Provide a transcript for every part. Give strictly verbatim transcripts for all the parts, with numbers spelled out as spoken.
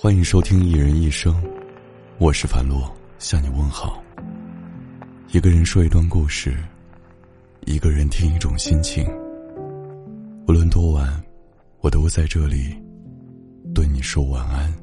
欢迎收听一人一生，我是樊洛，向你问好。一个人说一段故事，一个人听一种心情，无论多晚，我都在这里对你说晚安。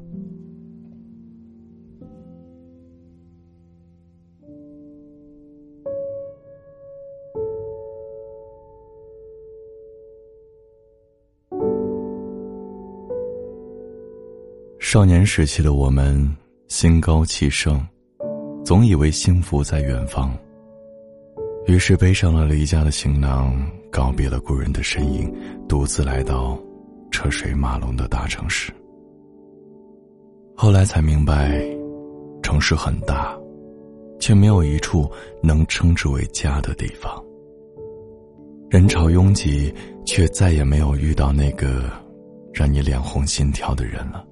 少年时期的我们心高气盛，总以为幸福在远方，于是背上了离家的行囊，告别了故人的身影，独自来到车水马龙的大城市。后来才明白，城市很大，却没有一处能称之为家的地方。人潮拥挤，却再也没有遇到那个让你脸红心跳的人了。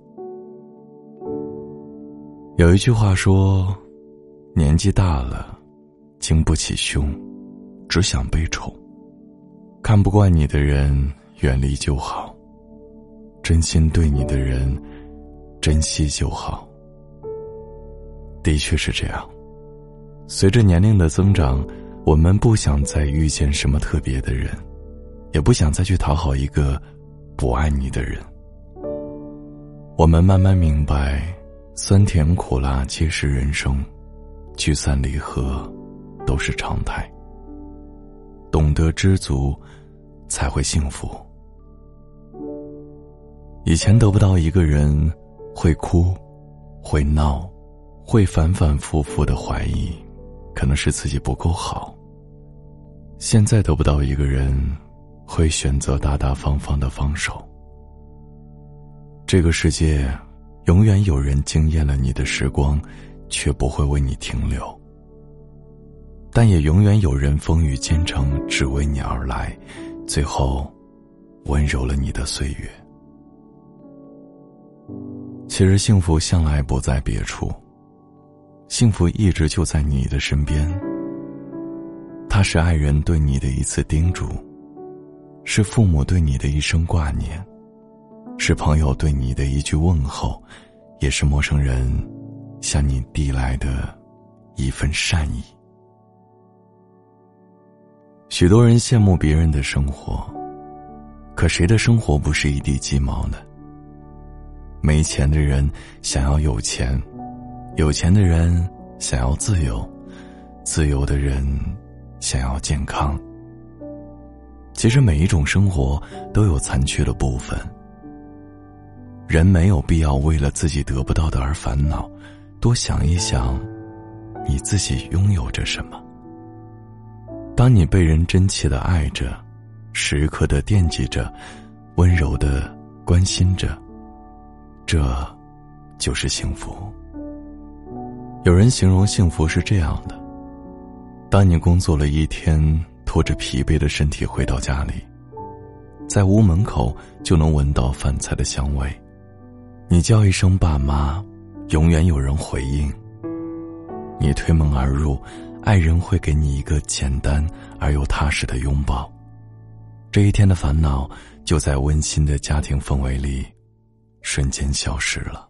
有一句话说，年纪大了，经不起凶，只想被宠。看不惯你的人，远离就好；真心对你的人，珍惜就好。的确是这样，随着年龄的增长，我们不想再遇见什么特别的人，也不想再去讨好一个不爱你的人。我们慢慢明白，酸甜苦辣皆是人生，聚散离合都是常态。懂得知足，才会幸福。以前得不到一个人，会哭，会闹，会反反复复的怀疑，可能是自己不够好。现在得不到一个人，会选择大大方方的放手。这个世界永远有人惊艳了你的时光，却不会为你停留，但也永远有人风雨兼程，只为你而来，最后温柔了你的岁月。其实幸福向来不在别处，幸福一直就在你的身边。它是爱人对你的一次叮嘱，是父母对你的一声挂念，是朋友对你的一句问候，也是陌生人向你递来的一份善意。许多人羡慕别人的生活，可谁的生活不是一地鸡毛呢？没钱的人想要有钱，有钱的人想要自由，自由的人想要健康。其实每一种生活都有残缺的部分，人没有必要为了自己得不到的而烦恼，多想一想你自己拥有着什么。当你被人真切地爱着，时刻地惦记着，温柔地关心着，这就是幸福。有人形容幸福是这样的，当你工作了一天，拖着疲惫的身体回到家里，在屋门口就能闻到饭菜的香味，你叫一声爸妈，永远有人回应。你推门而入，爱人会给你一个简单而又踏实的拥抱。这一天的烦恼就在温馨的家庭氛围里瞬间消失了。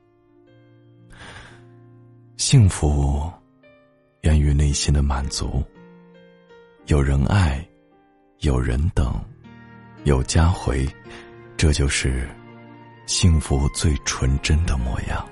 幸福源于内心的满足，有人爱，有人等，有家回，这就是幸福最纯真的模样。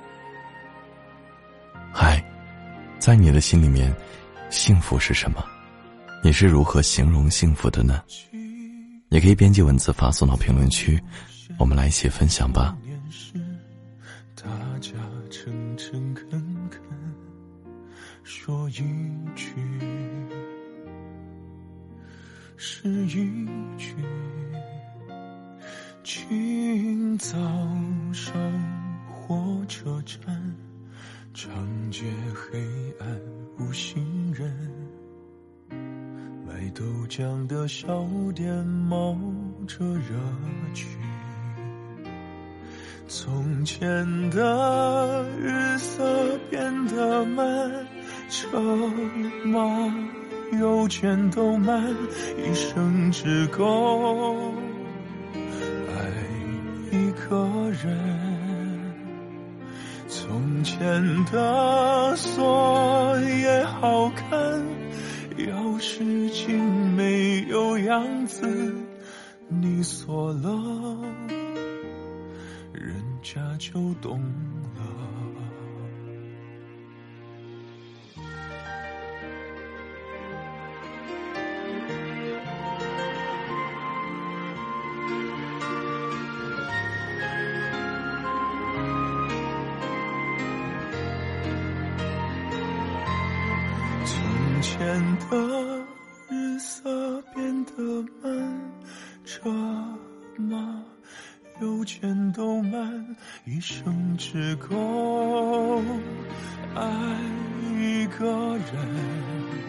嗨，在你的心里面，幸福是什么？你是如何形容幸福的呢？也可以编辑文字发送到评论区，我们来一起分享吧。 大家诚诚恳恳说一句是一句，清早上火车站，长街黑暗无行人，卖豆浆的小店冒着热气，从前的日色变得慢，车马邮件都慢，一生只够爱一个人。 前的锁也好看，钥匙竟没有样子，你锁了，人家就懂了。从前的日色变得慢，车马邮件都慢，一生只够爱一个人。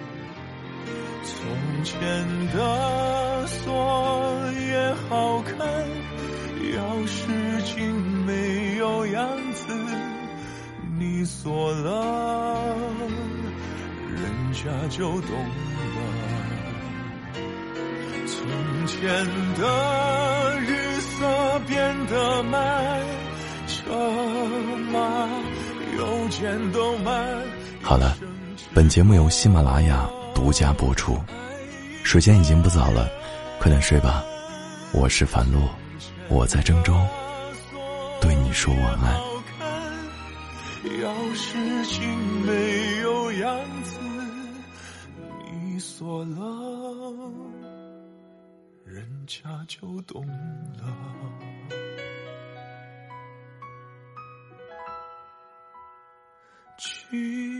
从前的锁也好看，钥匙竟没有样子，你锁了，人家就懂了。从前的日色变得慢，车马邮件都慢。 好了，本节目由喜马拉雅独家播出。时间已经不早了，快点睡吧。我是樊洛，我在郑州，对你说晚安。 钥匙竟没有样子，你锁了，人家就懂了。去